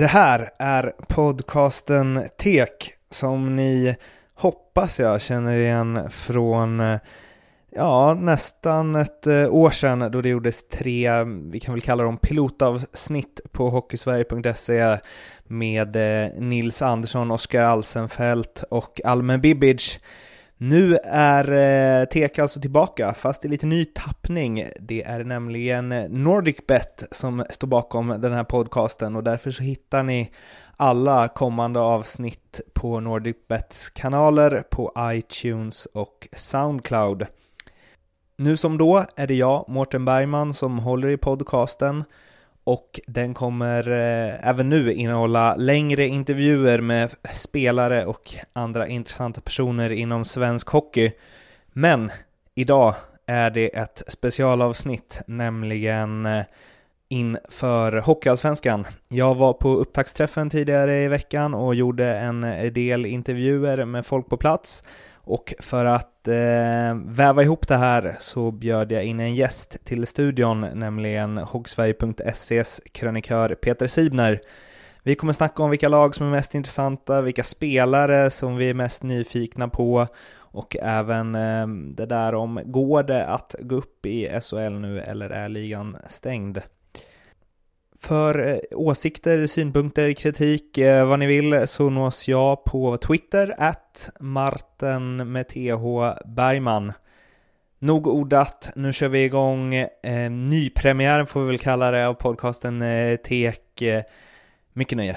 Det här är podcasten Tek som ni hoppas jag känner igen från nästan ett år sedan då det gjordes 3, vi kan väl kalla dem pilotavsnitt på hockeysverige.se med Nils Andersson, Oskar Alsenfelt och Almen Bibic. Nu är Tek alltså tillbaka, fast i lite ny tappning. Det är nämligen NordicBet som står bakom den här podcasten och därför så hittar ni alla kommande avsnitt på NordicBets kanaler på iTunes och Soundcloud. Nu som då är det jag, Mårten Bergman, som håller i podcasten. Och den kommer även nu innehålla längre intervjuer med spelare och andra intressanta personer inom svensk hockey. Men idag är det ett specialavsnitt, nämligen inför Hockeyallsvenskan. Jag var på upptaktsträffen tidigare i veckan och gjorde en del intervjuer med folk på plats. Och för att väva ihop det här så bjöd jag in en gäst till studion, nämligen hockeysverige.se's krönikör Peter Sibner. Vi kommer snacka om vilka lag som är mest intressanta, vilka spelare som vi är mest nyfikna på och även det där om går det att gå upp i SHL nu eller är ligan stängd. För åsikter, synpunkter, kritik, vad ni vill så nås jag på Twitter @Marten med TH Bergman. Nog ordat, nu kör vi igång nypremiären får vi väl kalla det av podcasten Tek. Mycket nöje.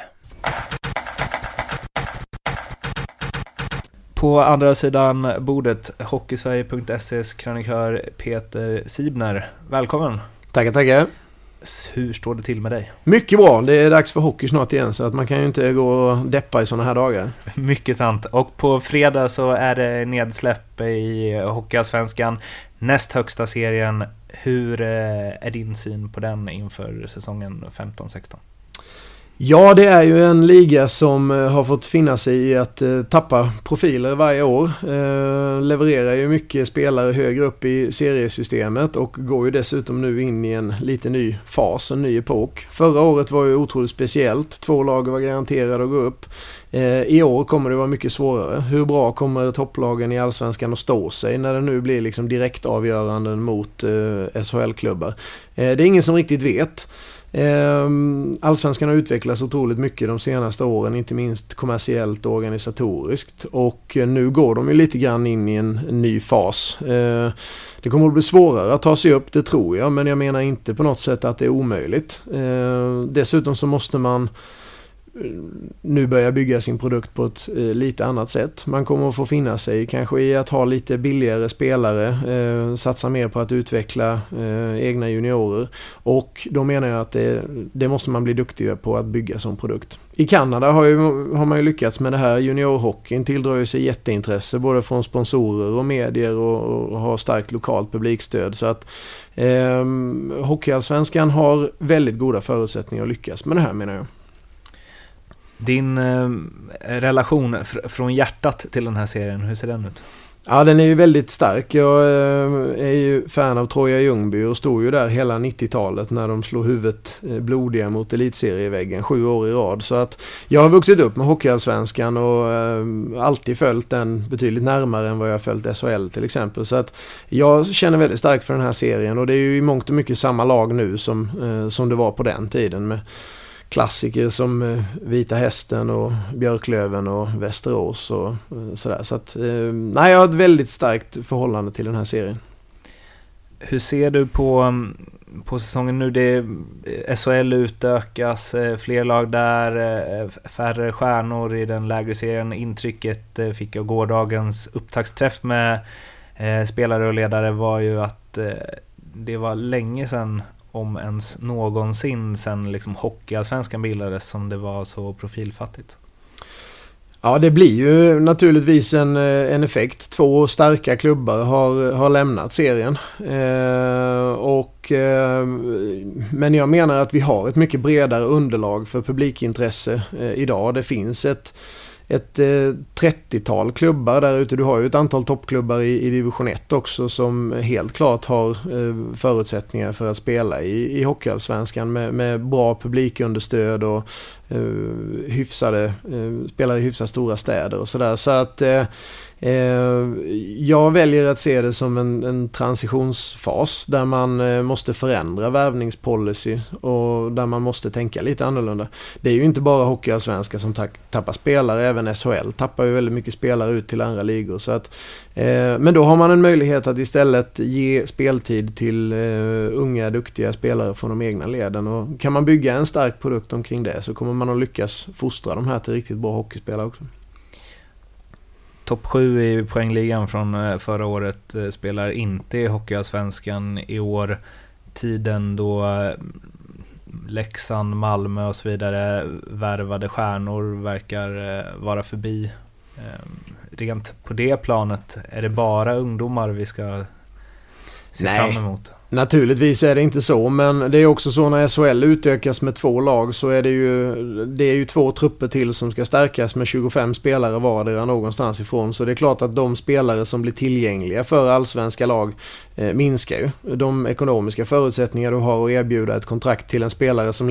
På andra sidan bordet hockeysverige.se's krönikör Peter Sibner. Välkommen. Tackar. Hur står det till med dig? Mycket bra, det är dags för hockey snart igen så att man kan ju inte gå och deppa i såna här dagar. Mycket sant. Och på fredag så är det nedsläpp i Hockeyallsvenskan, näst högsta serien. Hur är din syn på den inför säsongen 15-16? Ja, det är ju en liga som har fått finna sig i att tappa profiler varje år. Levererar ju mycket spelare högre upp i seriesystemet och går ju dessutom nu in i en lite ny fas, en ny epok. Förra året var ju otroligt speciellt. 2 lag var garanterade att gå upp. I år kommer det vara mycket svårare. Hur bra kommer topplagen i Allsvenskan att stå sig när det nu blir liksom direkt avgöranden mot SHL-klubbar? Det är ingen som riktigt vet. Allsvenskan har utvecklats otroligt mycket de senaste åren, inte minst kommersiellt och organisatoriskt, och nu går de ju lite grann in i en ny fas. Det kommer att bli svårare att ta sig upp, det tror jag, men jag menar inte på något sätt att det är omöjligt. Dessutom så måste man nu börja bygga sin produkt på ett lite annat sätt. Man kommer att få finna sig kanske i att ha lite billigare spelare, satsa mer på att utveckla egna juniorer, och då menar jag att det måste man bli duktigare på att bygga som produkt. I Kanada har man ju lyckats med det här. Juniorhockeyn tilldrar ju sig jätteintresse både från sponsorer och medier och har starkt lokalt publikstöd, så att Hockeyallsvenskan har väldigt goda förutsättningar att lyckas med det här, menar jag. Din relation från hjärtat till den här serien, hur ser den ut? Ja, den är ju väldigt stark. Jag är ju fan av Troja Ljungby och stod ju där hela 90-talet när de slog huvudet blodiga mot elitserieväggen 7 år i rad. Så att jag har vuxit upp med Hockeyallsvenskan och alltid följt den betydligt närmare än vad jag har följt SHL till exempel. Så att jag känner väldigt starkt för den här serien, och det är ju i mångt och mycket samma lag nu som det var på den tiden, med klassiker som Vita Hästen och Björklöven och Västerås och sådär. Så att, nej, jag har ett väldigt starkt förhållande till den här serien. Hur ser du på säsongen nu? SHL utökas, fler lag där, färre stjärnor i den lägre serien. Intrycket fick jag gårdagens upptaktsträff med spelare och ledare var ju att det var länge sedan, om ens någonsin sen liksom Hockeyallsvenskan bildades, som det var så profilfattigt. Ja, det blir ju naturligtvis en effekt. 2 starka klubbar har lämnat serien. Men jag menar att vi har ett mycket bredare underlag för publikintresse idag. Det finns ett 30-tal klubbar där ute. Du har ju ett antal toppklubbar i division 1 också som helt klart har förutsättningar för att spela i Hockeyallsvenskan med bra publikunderstöd och spelar i hyfsat stora städer och sådär. Så att jag väljer att se det som en transitionsfas där man måste förändra värvningspolicy och där man måste tänka lite annorlunda. Det är ju inte bara Hockeyallsvenskan som tappar spelare, även SHL tappar ju väldigt mycket spelare ut till andra ligor. Så att, men då har man en möjlighet att istället ge speltid till unga duktiga spelare från de egna leden, och kan man bygga en stark produkt omkring det så kommer man att lyckas fostra de här till riktigt bra hockeyspelare också. Topp 7 i poängligan från förra året spelar inte i Hockeyallsvenskan i år. Tiden då Leksand, Malmö och så vidare värvade stjärnor verkar vara förbi. Rent på det planet, är det bara ungdomar vi ska se fram emot? Naturligtvis är det inte så, men det är också så när SHL utökas med 2 lag så är det är ju 2 trupper till som ska stärkas med 25 spelare vardera någonstans ifrån. Så det är klart att de spelare som blir tillgängliga för allsvenska lag minskar ju. De ekonomiska förutsättningar du har att erbjuda ett kontrakt till en spelare som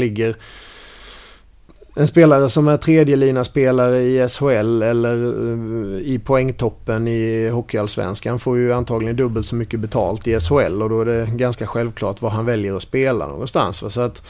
är tredje lina spelare i SHL eller i poängtoppen i Hockeyallsvenskan får ju antagligen dubbelt så mycket betalt i SHL, och då är det ganska självklart var han väljer att spela någonstans. Så att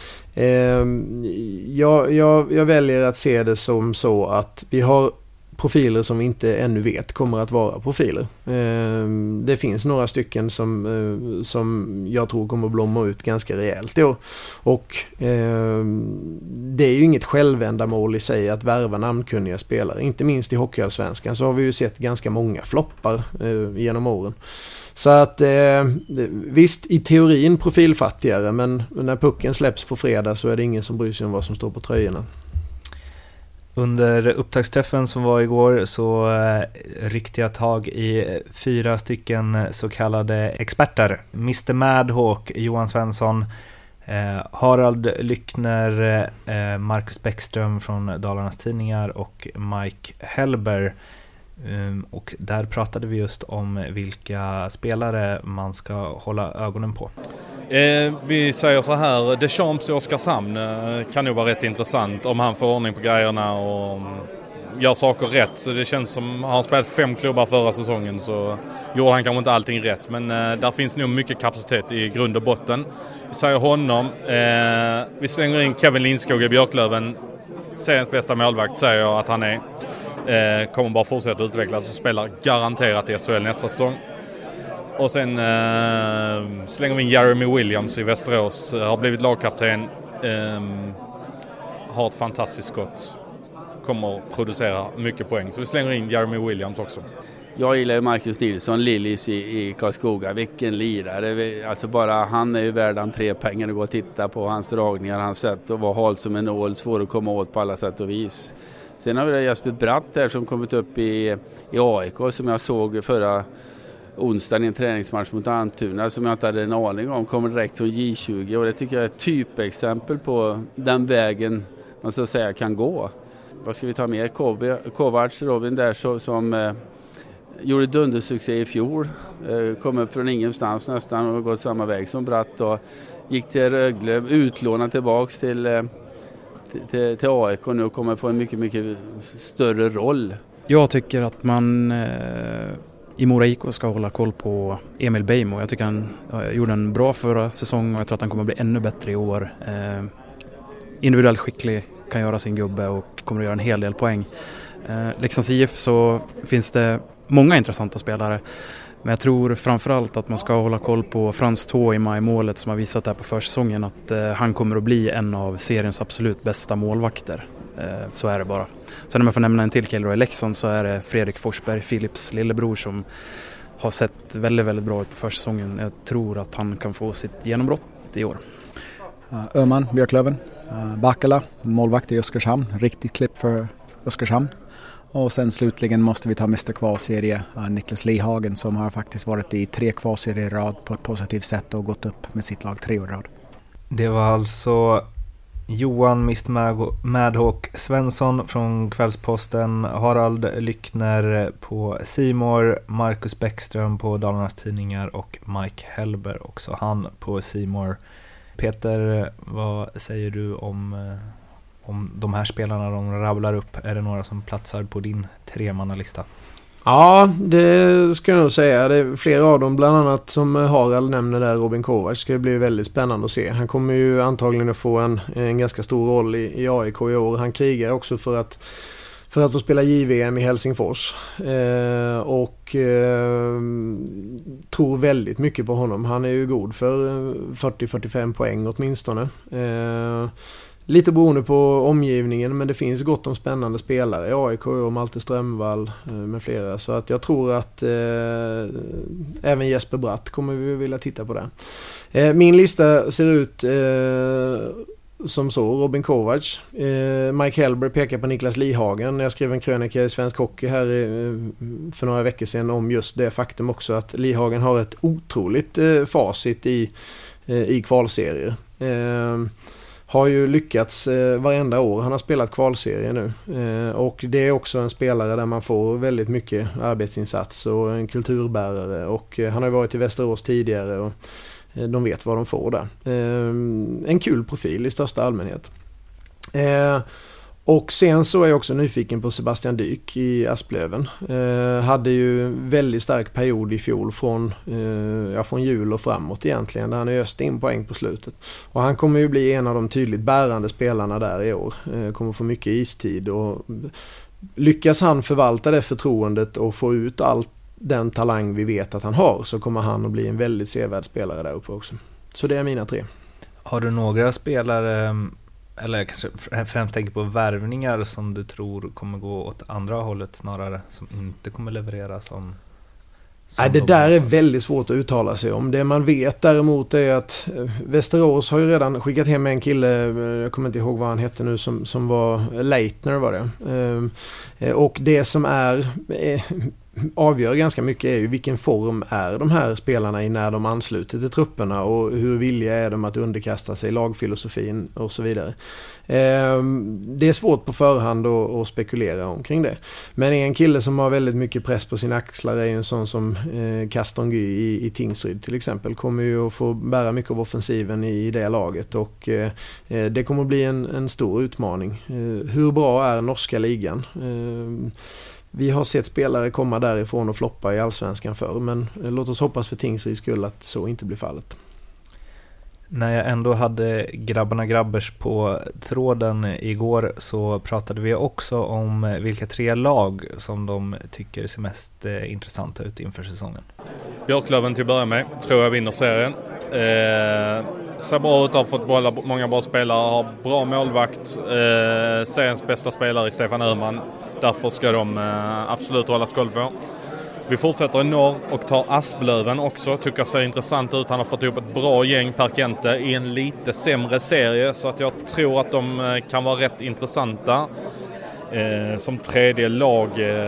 jag väljer att se det som så att vi har profiler som vi inte ännu vet kommer att vara profiler. Det finns några stycken som jag tror kommer att blomma ut ganska rejält då. Och det är ju inget självändamål i sig att värva namnkunniga spelare. Inte minst i Hockeyallsvenskan så har vi ju sett ganska många floppar genom åren. Så att visst, i teorin profilfattigare, men när pucken släpps på fredag så är det ingen som bryr sig om vad som står på tröjorna. Under upptaktsträffen som var igår så ryckte jag tag i 4 stycken så kallade experter. Mr. Madhawk, Johan Svensson, Harald Lyckner, Marcus Bäckström från Dalarnas Tidningar och Mike Hellber. Och där pratade vi just om vilka spelare man ska hålla ögonen på. Vi säger så här, Deschamps i Oskarshamn kan nog vara rätt intressant om han får ordning på grejerna och gör saker rätt. Så det känns som, har han spelat 5 klubbar förra säsongen så gjorde han kanske inte allting rätt. Men där finns nog mycket kapacitet i grund och botten. Vi säger honom. Vi slänger in Kevin Lindskog i Björklöven. Seriens bästa målvakt säger jag att han är. Kommer bara fortsätta utvecklas och spelar garanterat i SHL nästa säsong. Och sen slänger vi in Jeremy Williams i Västerås. Har blivit lagkapten. Har ett fantastiskt skott. Kommer producera mycket poäng. Så vi slänger in Jeremy Williams också. Jag gillar Marcus Nilsson, Lillis i Karlskoga. Vilken lirare. Alltså bara han är ju värd entrépengar att gå och titta på hans dragningar, hans sätt att vara halt som en ål, svår att komma åt på alla sätt och vis. Sen har vi Jesper Bratt där som kommit upp i AIK som jag såg förra onsdagen i en träningsmatch mot Antuna som jag inte hade en aning om. Kommer direkt från J20 och det tycker jag är ett typexempel på den vägen man så att säga kan gå. Vad ska vi ta med? Kovacs, Robin där som gjorde dundersuccé i fjol. Kom upp från ingenstans nästan och gått samma väg som Bratt och gick till Rögle, utlånad tillbaks till AIK nu och kommer få en mycket, mycket större roll. Jag tycker att man i Mora IK ska hålla koll på Emil Beijmo. Jag tycker han gjorde en bra förra säsong och jag tror att han kommer bli ännu bättre i år. Individuellt skicklig, kan göra sin gubbe och kommer att göra en hel del poäng. Leksands IF så finns det många intressanta spelare. Men jag tror framförallt att man ska hålla koll på Frans Thå i majmålet som har visat där på försäsongen att han kommer att bli en av seriens absolut bästa målvakter. Så är det bara. Sen om jag får nämna en till kille i Leksand så är det Fredrik Forsberg, Philips lillebror, som har sett väldigt, väldigt bra ut på försäsongen. Jag tror att han kan få sitt genombrott i år. Öhman, Björklöven, Backala, målvakt i Oskarshamn, riktigt klipp för Oskarshamn. Och sen slutligen måste vi ta Mr. Kvalserie, Niklas Lihagen, som har faktiskt varit i 3 kvalserier i rad på ett positivt sätt och gått upp med sitt lag 3 år i rad. Det var alltså Johan Mr. Madhawk Svensson från Kvällsposten, Harald Lyckner på C More, Marcus Bäckström på Dalarnas Tidningar och Mike Hellber också, han på C More. Peter, vad säger du om om de här spelarna de rabblar upp, är det några som platsar på din 3-mannalista? Ja, det ska jag nog säga. Det är flera av dem, bland annat som Harald nämner där, Robin Kovacs. Ska bli väldigt spännande att se. Han kommer ju antagligen att få en ganska stor roll i AIK i år. Han krigar också för att få spela JVM i Helsingfors. Tror väldigt mycket på honom. Han är ju god för 40-45 poäng åtminstone. Lite beroende på omgivningen, men det finns gott om spännande spelare i AIK och Malte Strömvall med flera. Så att jag tror att även Jesper Bratt kommer vi vilja titta på det. Min lista ser ut som så: Robin Kovacs, Mike Hellberg pekar på Niklas Lihagen. Jag skrev en krönika i Svensk Hockey här för några veckor sedan om just det faktum också, att Lihagen har ett otroligt facit i kvalserier. Har ju lyckats varenda år. Han har spelat kvalserie nu. Och det är också en spelare där man får väldigt mycket arbetsinsats och en kulturbärare. Och han har varit i Västerås tidigare och de vet vad de får där. En kul profil i största allmänhet. Och sen så är jag också nyfiken på Sebastian Dyk i Asplöven. Hade ju väldigt stark period i fjol från jul och framåt egentligen, där han öste in poäng på slutet. Och han kommer ju bli en av de tydligt bärande spelarna där i år. Kommer få mycket istid, och lyckas han förvalta det förtroendet och få ut allt den talang vi vet att han har, så kommer han att bli en väldigt sevärd spelare där uppe också. Så det är mina 3. Har du några spelare, eller kanske främst tänker på värvningar, som du tror kommer gå åt andra hållet snarare, som inte kommer leverera som Nej, det där är väldigt svårt att uttala sig om. Det man vet däremot är att Västerås har ju redan skickat hem en kille, jag kommer inte ihåg vad han hette nu, som var Leitner var det. Och det som avgör ganska mycket är ju vilken form är de här spelarna i när de ansluter till trupperna, och hur villiga är de att underkasta sig lagfilosofin och så vidare. Det är svårt på förhand att spekulera omkring det. Men en kille som har väldigt mycket press på sina axlar är ju en sån som Castonguy i Tingsryd till exempel. Kommer ju att få bära mycket av offensiven i det laget, och det kommer att bli en stor utmaning. Hur bra är norska ligan? Vi har sett spelare komma därifrån och floppa i allsvenskan förr, men låt oss hoppas för Tingsryds skull att så inte blir fallet. När jag ändå hade grabbarna Grabbers på tråden igår, så pratade vi också om vilka 3 lag som de tycker ser mest intressanta ut inför säsongen. Björklöven till att börja med, tror jag vinner serien. Ser bra ut, har fått många bra spelare, har bra målvakt, seriens bästa spelare i Stefan Öhman. Därför ska de absolut hålla skål på. Vi fortsätter i norr och tar Asplöven också. Tycker ser intressant ut. Han har fått ihop ett bra gäng per Kente i en lite sämre serie, så att jag tror att de kan vara rätt intressanta. Som tredje lag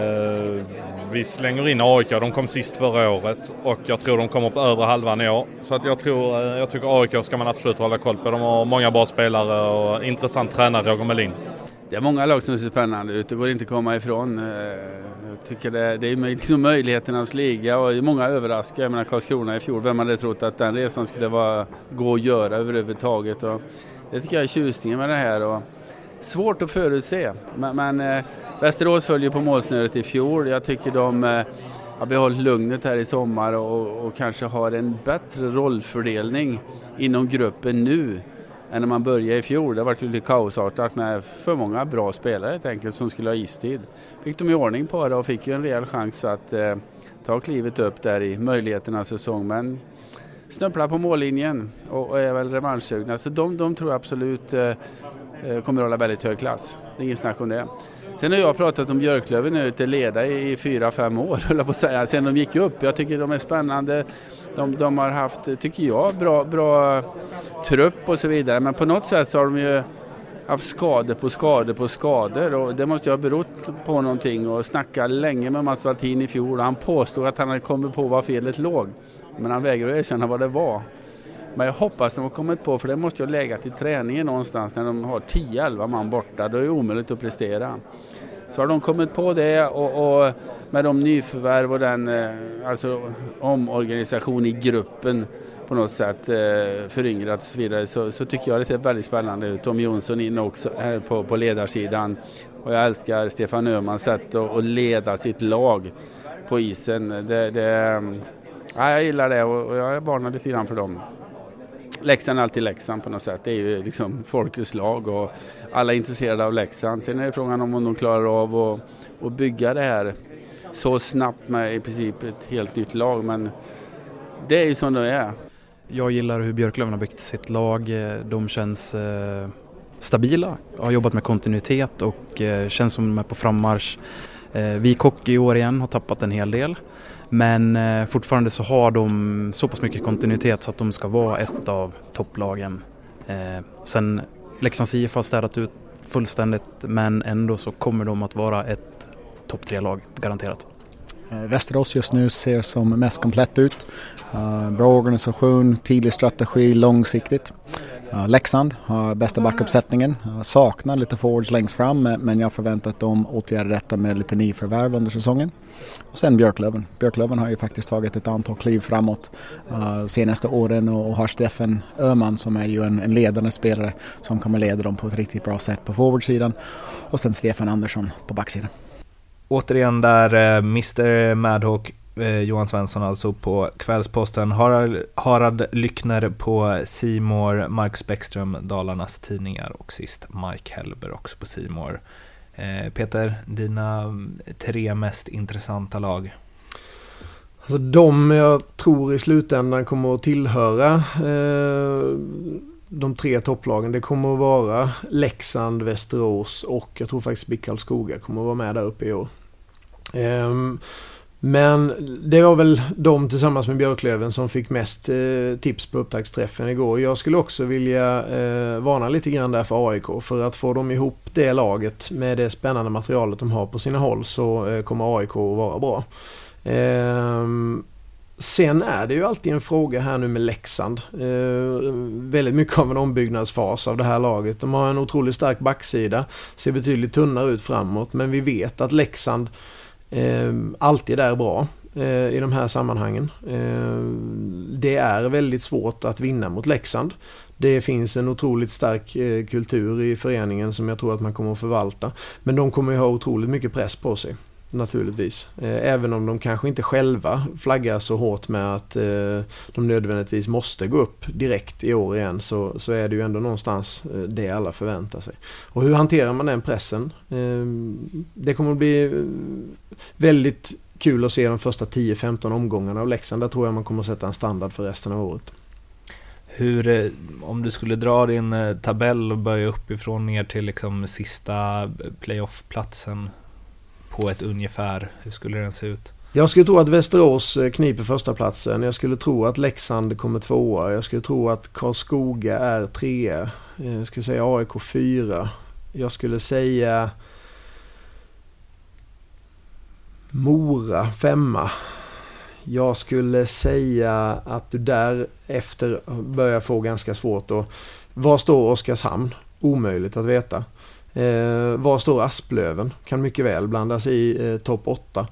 vi slänger in AIK. De kom sist förra året och jag tror de kommer på övre halvan i år. Så att jag tycker AIK ska man absolut hålla koll på. De har många bra spelare och intressant tränare, Roger Melin. Det är många lag som ser spännande ut. Det går inte att komma ifrån. Jag tycker det är liksom möjligheternas liga, och många överraskar. Jag menar Karlskrona i fjol. Vem hade trott att den resan skulle gå att göra överhuvudtaget? Och det tycker jag är tjusningen med det här. Och svårt att förutse. Men Västerås följer på målsnöret i fjol. Jag tycker de har behållit lugnet här i sommar och kanske har en bättre rollfördelning inom gruppen nu än när man började i fjol. Det har varit lite kaosartat med för många bra spelare helt enkelt som skulle ha istid. Fick de i ordning på det och fick ju en rejäl chans att ta klivet upp där i möjligheternas säsong. Men snubblar på mållinjen och är väl revanschsugna. Så de tror jag absolut kommer att hålla väldigt hög klass. Det är ingen snack om det. Sen har jag pratat om Björklöven nu till leda i 4-5 år, höll jag på att säga. Sen de gick upp. Jag tycker de är spännande. De har haft, tycker jag, bra trupp och så vidare. Men på något sätt så har de ju haft skador. Och det måste ju ha berott på någonting. Och snacka länge med Mats Valtin i fjol. Han påstod att han hade kommit på var felet låg. Men han vägrar att erkänna vad det var. Men jag hoppas de har kommit på, för det måste ju lägga till träningen någonstans när de har 10-11 man borta. Då är det omöjligt att prestera. Så har de kommit på det och med de nyförvärv och den alltså omorganisation i gruppen på något sätt föryngrat och så vidare, så tycker jag det ser väldigt spännande ut. Tom Jonsson in också här på ledarsidan, och jag älskar Stefan Öhmans sätt att leda sitt lag på isen. Jag gillar det, och jag är varnad lite grann för dem. Leksand är alltid Leksand på något sätt. Det är ju liksom folkets lag och alla är intresserade av Leksand. Sen är det frågan om de klarar av att bygga det här så snabbt med i princip ett helt nytt lag. Men det är ju som det är. Jag gillar hur Björklöven har byggt sitt lag. De känns stabila. Jag har jobbat med kontinuitet och känns som de är på frammarsch. Vik Hockey i år igen har tappat en hel del. Men fortfarande så har de så pass mycket kontinuitet så att de ska vara ett av topplagen. Sen Leksands IF har städat ut fullständigt, men ändå så kommer de att vara ett topp 3-lag, garanterat. Västerås just nu ser som mest komplett ut. Bra organisation, tydlig strategi, långsiktigt. Leksand har bästa backuppsättningen. Saknar lite forwards längst fram, men jag förväntar att de åtgärder detta med lite nyförvärv under säsongen. Och sen Björklöven. Björklöven har ju faktiskt tagit ett antal kliv framåt senaste åren och har Stefan Öhman som är ju en ledande spelare som kommer leda dem på ett riktigt bra sätt på forwardsidan. Och sen Stefan Andersson på backsidan. Återigen där Mr. Madhawk, Johan Svensson alltså på Kvällsposten, Harald Lyckner på C More, Marcus Bäckström, Dalarnas Tidningar och sist Mike Hellber också på C More. Peter, dina 3 mest intressanta lag? Alltså de jag tror i slutändan kommer att tillhöra de 3 topplagen, det kommer att vara Leksand, Västerås och jag tror faktiskt BIK Karlskoga kommer att vara med där uppe i år. Men det var väl de tillsammans med Björklöven som fick mest tips på upptaktsträffen igår. Jag skulle också vilja varna lite grann där för AIK, för att få dem ihop det laget med det spännande materialet de har på sina håll, så kommer AIK att vara bra. Sen är det ju alltid en fråga här nu med Leksand. Väldigt mycket av en ombyggnadsfas av det här laget. De har en otroligt stark backsida, ser betydligt tunnare ut framåt, men vi vet att Leksand alltid är bra i de här sammanhangen. Det är väldigt svårt att vinna mot Leksand. Det finns en otroligt stark kultur i föreningen som jag tror att man kommer att förvalta, men de kommer ju ha otroligt mycket press på sig. Naturligtvis. Även om de kanske inte själva flaggar så hårt med att de nödvändigtvis måste gå upp direkt i år igen, så är det ju ändå någonstans det alla förväntar sig. Och hur hanterar man den pressen? Det kommer att bli väldigt kul att se de första 10-15 omgångarna av Leksand. Där tror jag man kommer att sätta en standard för resten av året. Hur, om du skulle dra din tabell och börja uppifrån ner till liksom sista playoff-platsen på ett ungefär, hur skulle den se ut? Jag skulle tro att Västerås kniper första platsen. Jag skulle tro att Leksand kommer 2. Jag skulle tro att Karlskoga är 3. Jag skulle säga AIK 4. Jag skulle säga Mora 5. Jag skulle säga att du därefter börjar få ganska svårt. Och var står Oskarshamn? Omöjligt att veta. Var står Asplöven? Kan mycket väl blandas i topp 8.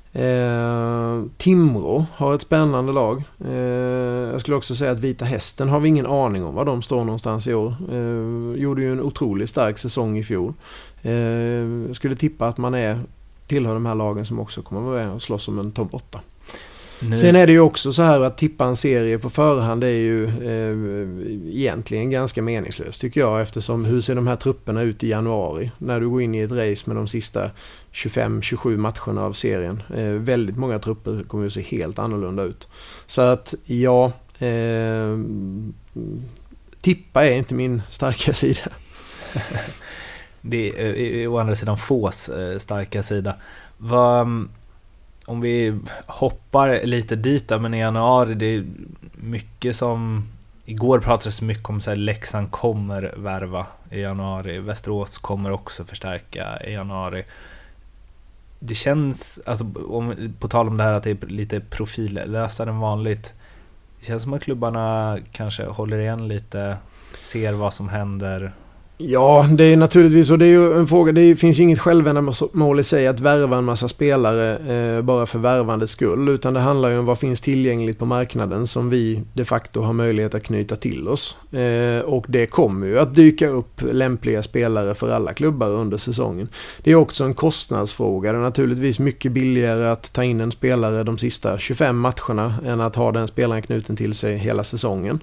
Timrå har ett spännande lag. Jag skulle också säga att Vita Hästen har vi ingen aning om var de står någonstans i år. Gjorde ju en otroligt stark säsong i fjol. Jag skulle tippa att man tillhör de här lagen som också kommer att vara med och slåss om en topp 8. Sen är det ju också så här att tippa en serie på förhand är ju egentligen ganska meningslöst tycker jag, eftersom hur ser de här trupperna ut i januari när du går in i ett race med de sista 25-27 matcherna av serien. Väldigt många trupper kommer ju se helt annorlunda ut. Så att tippa är inte min starka sida. Det är å andra sidan Fås starka sida. Om vi hoppar lite dit där, men i januari det är mycket som igår pratades mycket om så här, Leksand kommer värva i januari, Västerås kommer också förstärka i januari. Det känns, alltså, på tal om det här att det är lite profillösare än vanligt, det känns som att klubbarna kanske håller igen lite, ser vad som händer. Ja, det är naturligtvis, och det är ju en fråga, det finns ju inget självändamål i sig att värva en massa spelare bara för värvandets skull, utan det handlar ju om vad finns tillgängligt på marknaden som vi de facto har möjlighet att knyta till oss. Och det kommer ju att dyka upp lämpliga spelare för alla klubbar under säsongen. Det är också en kostnadsfråga. Det är naturligtvis mycket billigare att ta in en spelare de sista 25 matcherna än att ha den spelaren knuten till sig hela säsongen.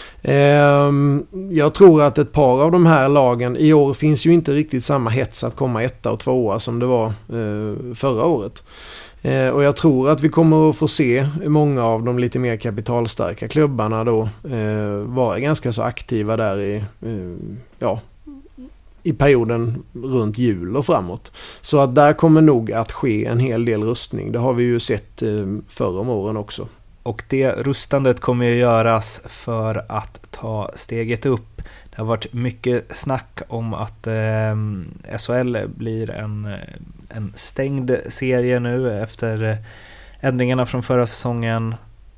Jag tror att ett par av de här lagen, i år finns ju inte riktigt samma hets att komma 1 och 2 som det var förra året. Och jag tror att vi kommer att få se många av de lite mer kapitalstarka klubbarna då vara ganska så aktiva där i perioden runt jul och framåt. Så att där kommer nog att ske en hel del rustning. Det har vi ju sett förra om åren också. Och det rustandet kommer ju göras för att ta steget upp. Det har varit mycket snack om att SHL blir en stängd serie nu efter ändringarna från förra säsongen.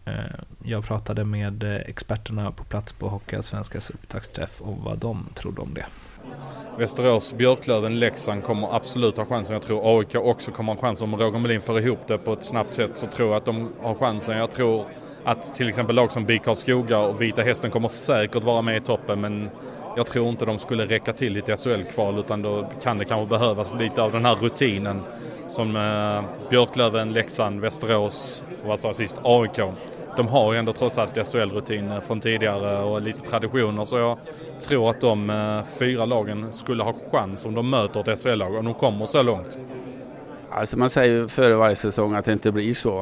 Jag pratade med experterna på plats på Hockeyallsvenskans upptaktsträff och vad de trodde om det. Västerås, Björklöven, Leksand kommer absolut ha chansen. Jag tror AIK också kommer ha chansen. Om Roger Melin får ihop det på ett snabbt sätt så tror jag att de har chansen. Jag tror att till exempel lag som BIK Karlskoga och Vita Hästen kommer säkert vara med i toppen, men jag tror inte de skulle räcka till i ett SHL-kval, utan då kan det kanske behövas lite av den här rutinen som Björklöven, Leksand, Västerås och vad sa sist, AIK. De har ju ändå trots allt SHL-rutin från tidigare och lite traditioner, så jag tror att de 4 lagen skulle ha chans om de möter ett SHL-lag och de kommer så långt. Alltså man säger ju före varje säsong att det inte blir så.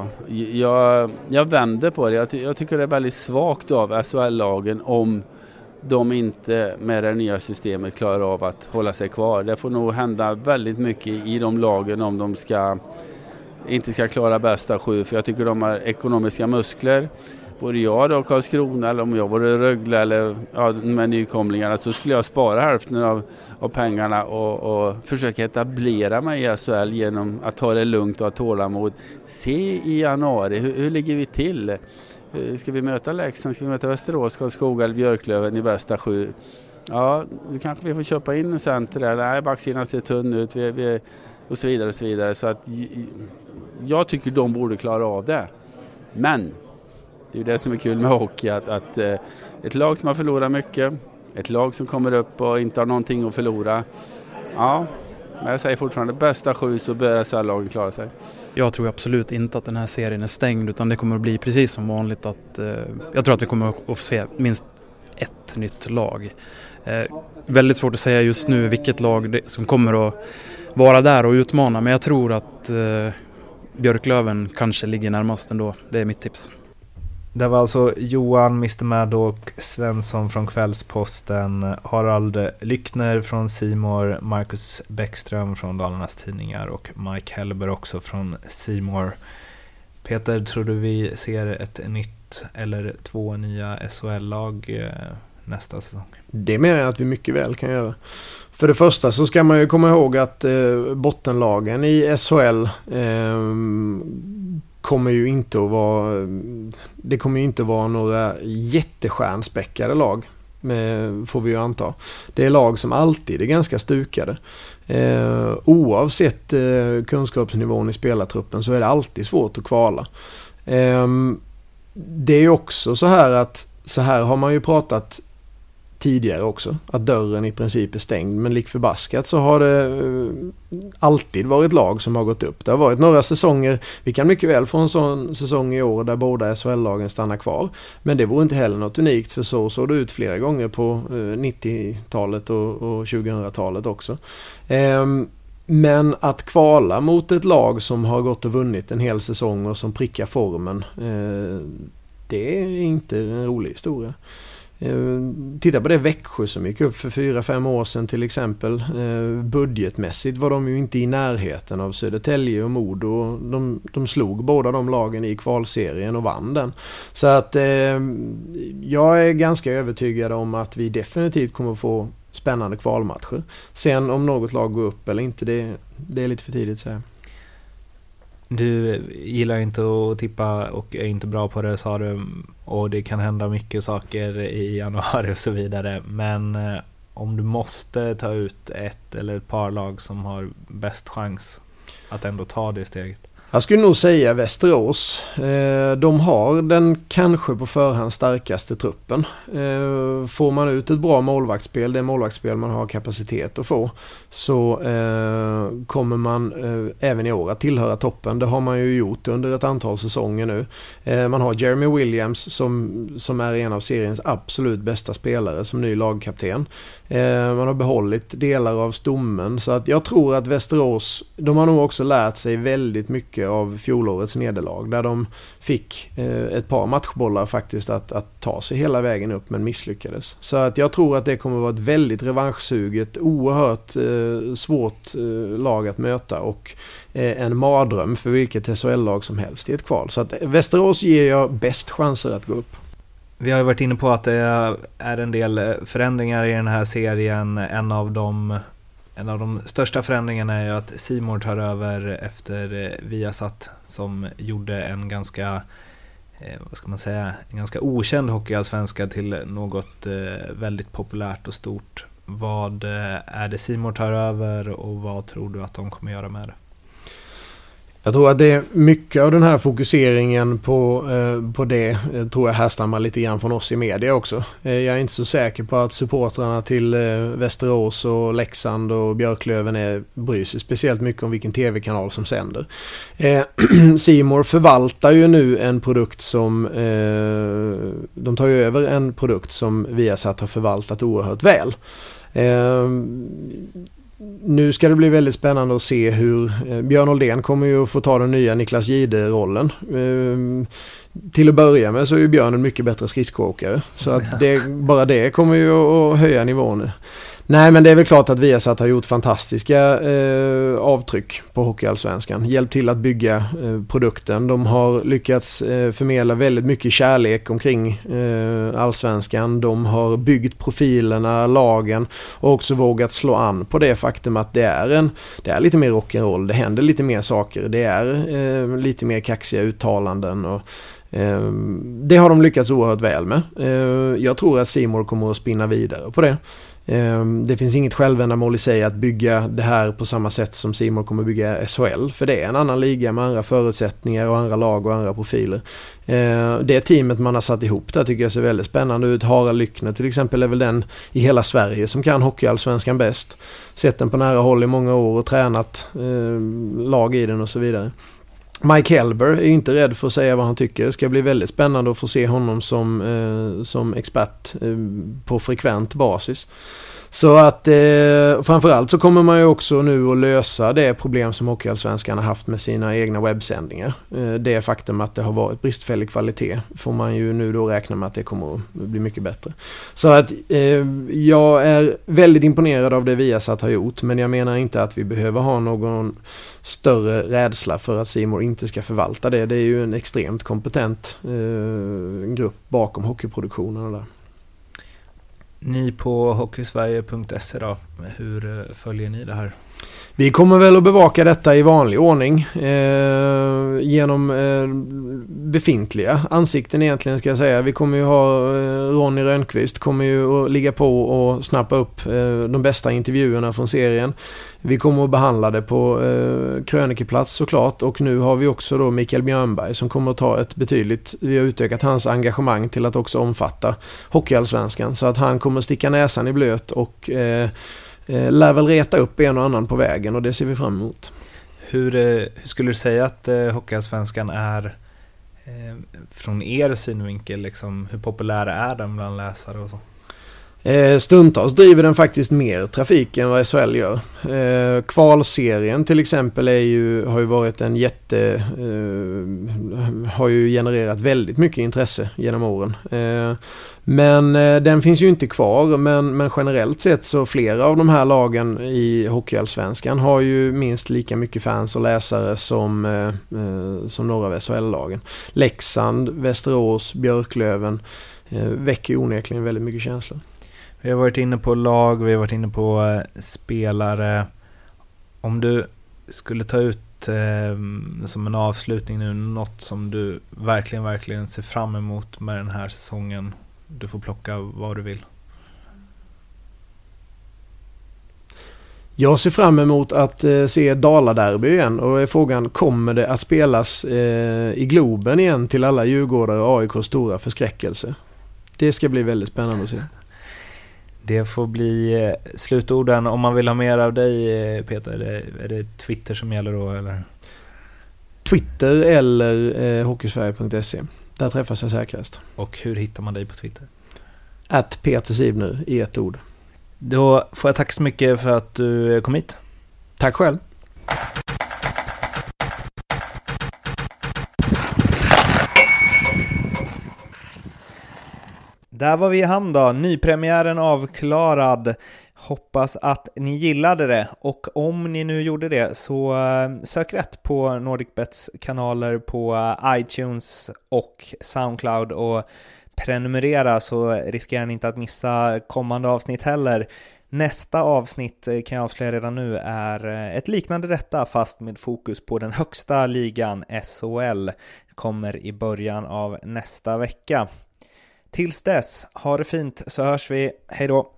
Jag vänder på det. Jag tycker det är väldigt svagt av SHL-lagen om de inte med det nya systemet klarar av att hålla sig kvar. Det får nog hända väldigt mycket i de lagen om de inte ska klara bästa 7, för jag tycker de har ekonomiska muskler. Både jag då, Karlskrona, eller om jag vore Rögle eller med nykomlingarna, så skulle jag spara hälften av pengarna och försöka etablera mig i SHL genom att ta det lugnt och ha tålamod. Se i januari, hur ligger vi till? Ska vi möta Leksand, ska vi möta Västerås, Karlskoga eller Björklöven i bästa 7? Ja, nu kanske vi får köpa in en center där. Nej, backsidan ser tunn ut. Och så vidare och så vidare. Så att jag tycker de borde klara av det. Men det är det som är kul med hockey, att ett lag som har förlorat mycket, ett lag som kommer upp och inte har någonting att förlora. Ja, men jag säger fortfarande bästa 7 så bör SHL-lagen klara sig. Jag tror absolut inte att den här serien är stängd, utan det kommer att bli precis som vanligt. Jag tror att vi kommer att få se minst ett nytt lag. Väldigt svårt att säga just nu vilket lag som kommer att vara där och utmana, men jag tror att Björklöven kanske ligger närmast ändå. Det är mitt tips. Det var alltså Johan Mr. Maddock Svensson från Kvällsposten, Harald Lyckner från C More, Marcus Bäckström från Dalarnas Tidningar och Mike Hellberg också från C More. Peter, tror du vi ser ett nytt eller 2 nya SHL-lag nästa säsong? Det menar jag att vi mycket väl kan göra. För det första så ska man ju komma ihåg att bottenlagen i SHL kommer ju inte att vara några jättestjärnspäckade lag, får vi ju anta. Det är lag som alltid är ganska stukade. Oavsett kunskapsnivån i spelartruppen så är det alltid svårt att kvala. Det är ju också så här att så här har man ju pratat tidigare också, att dörren i princip är stängd, men lik förbaskat så har det alltid varit lag som har gått upp. Det har varit några säsonger, vi kan mycket väl få en sån säsong i år där båda SHL-lagen stannar kvar, men det vore inte heller något unikt, för så såg det ut flera gånger på 90-talet och 2000-talet också. Men att kvala mot ett lag som har gått och vunnit en hel säsong och som prickar formen, det är inte en rolig historia. Titta på det Växjö som gick upp för 4-5 år sedan till exempel. Budgetmässigt var de ju inte i närheten av Södertälje och Modo. De slog båda de lagen i kvalserien och vann den. Så att jag är ganska övertygad om att vi definitivt kommer att få spännande kvalmatcher. Sen om något lag går upp eller inte, det är lite för tidigt att säga. Du gillar inte att tippa och är inte bra på det, sa du, och det kan hända mycket saker i januari och så vidare, men om du måste ta ut ett eller ett par lag som har bäst chans att ändå ta det steget? Jag skulle nog säga Västerås. De har den kanske på förhand starkaste truppen. Får man ut ett bra målvaktsspel, det målvaktsspel man har kapacitet att få, så kommer man även i år att tillhöra toppen. Det har man ju gjort under ett antal säsonger nu. Man har Jeremy Williams som är en av seriens absolut bästa spelare som ny lagkapten. Man har behållit delar av stommen, så att jag tror att Västerås, de har nog också lärt sig väldigt mycket av fjolårets nederlag, där de fick ett par matchbollar faktiskt att ta sig hela vägen upp, men misslyckades. Så att jag tror att det kommer vara ett väldigt revanschsuget, oerhört svårt lag att möta, och en mardröm för vilket SHL-lag som helst i ett kval. Så att Västerås ger jag bäst chanser att gå upp. Vi har ju varit inne på att det är en del förändringar i den här serien. En av de största förändringarna är ju att C More tar över efter Viasat, som gjorde en ganska okänd hockeyallsvenska till något väldigt populärt och stort. Vad är det C More tar över, och vad tror du att de kommer göra med det? Jag tror att det är mycket av den här fokuseringen på det tror jag härstammar lite grann från oss i media också. Jag är inte så säker på att supportrarna till Västerås och Leksand och Björklöven bryr sig speciellt mycket om vilken tv-kanal som sänder. C More förvaltar ju nu en produkt som de tar ju över en produkt som Viasat har förvaltat oerhört väl. Nu ska det bli väldigt spännande att se hur Björn Oldén kommer ju att få ta den nya Niklas Gide-rollen. Till att börja med så är ju Björn en mycket bättre skridskoåkare, så att bara det kommer ju att höja nivån. Nej, men det är väl klart att Viasat har gjort fantastiska avtryck på hockeyallsvenskan. Hjälpt till att bygga produkten. De har lyckats förmedla väldigt mycket kärlek omkring allsvenskan. De har byggt profilerna, lagen, och också vågat slå an på det faktum att det är lite mer rock'n'roll. Det händer lite mer saker. Det är lite mer kaxiga uttalanden, och det har de lyckats oerhört väl med. Jag tror att C More kommer att spinna vidare på det. Det finns inget självändamål i sig att bygga det här på samma sätt som C More kommer bygga SHL, för det är en annan liga med andra förutsättningar och andra lag och andra profiler. Det teamet man har satt ihop där tycker jag ser väldigt spännande ut. Harald Lyckner till exempel är väl den i hela Sverige som kan hockeyallsvenskan bäst. Sett den på nära håll i många år och tränat lag i den och så vidare. Mike Helber är inte rädd för att säga vad han tycker. Det ska bli väldigt spännande att få se honom som expert på frekvent basis. Så att framförallt så kommer man ju också nu att lösa det problem som hockeyallsvenskan har haft med sina egna webbsändningar. Det faktum att det har varit bristfällig kvalitet får man ju nu då räkna med att det kommer att bli mycket bättre. Så att jag är väldigt imponerad av det Viasat har gjort, men jag menar inte att vi behöver ha någon större rädsla för att C More inte ska förvalta det. Det är ju en extremt kompetent grupp bakom hockeyproduktionen där. Ni på hockeysverige.se då, hur följer ni det här? Vi kommer väl att bevaka detta i vanlig ordning genom befintliga ansikten egentligen, ska jag säga. Vi kommer ju ha Ronny Rönnqvist kommer ju att ligga på och snappa upp de bästa intervjuerna från serien. Vi kommer att behandla det på krönikeplats såklart, och nu har vi också då Mikael Björnberg som kommer att ta vi har utökat hans engagemang till att också omfatta hockeyallsvenskan, så att han kommer sticka näsan i blöt och lär väl reta upp en och annan på vägen, och det ser vi fram emot. Hur skulle du säga att hockeyallsvenskan är från er synvinkel? Liksom, hur populär är den bland läsare och så? Stundtals driver den faktiskt mer trafik än vad SHL gör. Kvalserien till exempel har ju varit en har ju genererat väldigt mycket intresse genom åren. Men den finns ju inte kvar, men generellt sett så flera av de här lagen i hockeyallsvenskan har ju minst lika mycket fans och läsare som några av SHL-lagen. Leksand, Västerås, Björklöven väcker onekligen väldigt mycket känslor. Vi har varit inne på lag, vi har varit inne på spelare. Om du skulle ta ut som en avslutning nu något som du verkligen ser fram emot med den här säsongen, du får plocka vad du vill. Jag ser fram emot att se Dala-derby igen och då är frågan, kommer det att spelas i Globen igen till alla Djurgårdare och AIKs stora förskräckelse? Det ska bli väldigt spännande att se. Det får bli slutorden. Om man vill ha mer av dig, Peter, är det Twitter som gäller då? Eller? Twitter eller hockeysverige.se. Där träffas jag säkrast. Och hur hittar man dig på Twitter? @PeterSibner i ett ord. Då får jag tack så mycket för att du kom hit. Tack själv. Där var vi i hamn då. Nypremiären avklarad. Hoppas att ni gillade det. Och om ni nu gjorde det så sök rätt på NordicBets kanaler på iTunes och Soundcloud och prenumerera så riskerar ni inte att missa kommande avsnitt heller. Nästa avsnitt kan jag avslöja redan nu är ett liknande detta fast med fokus på den högsta ligan SHL. Kommer i början av nästa vecka. Tills dess, ha det fint så hörs vi. Hej då!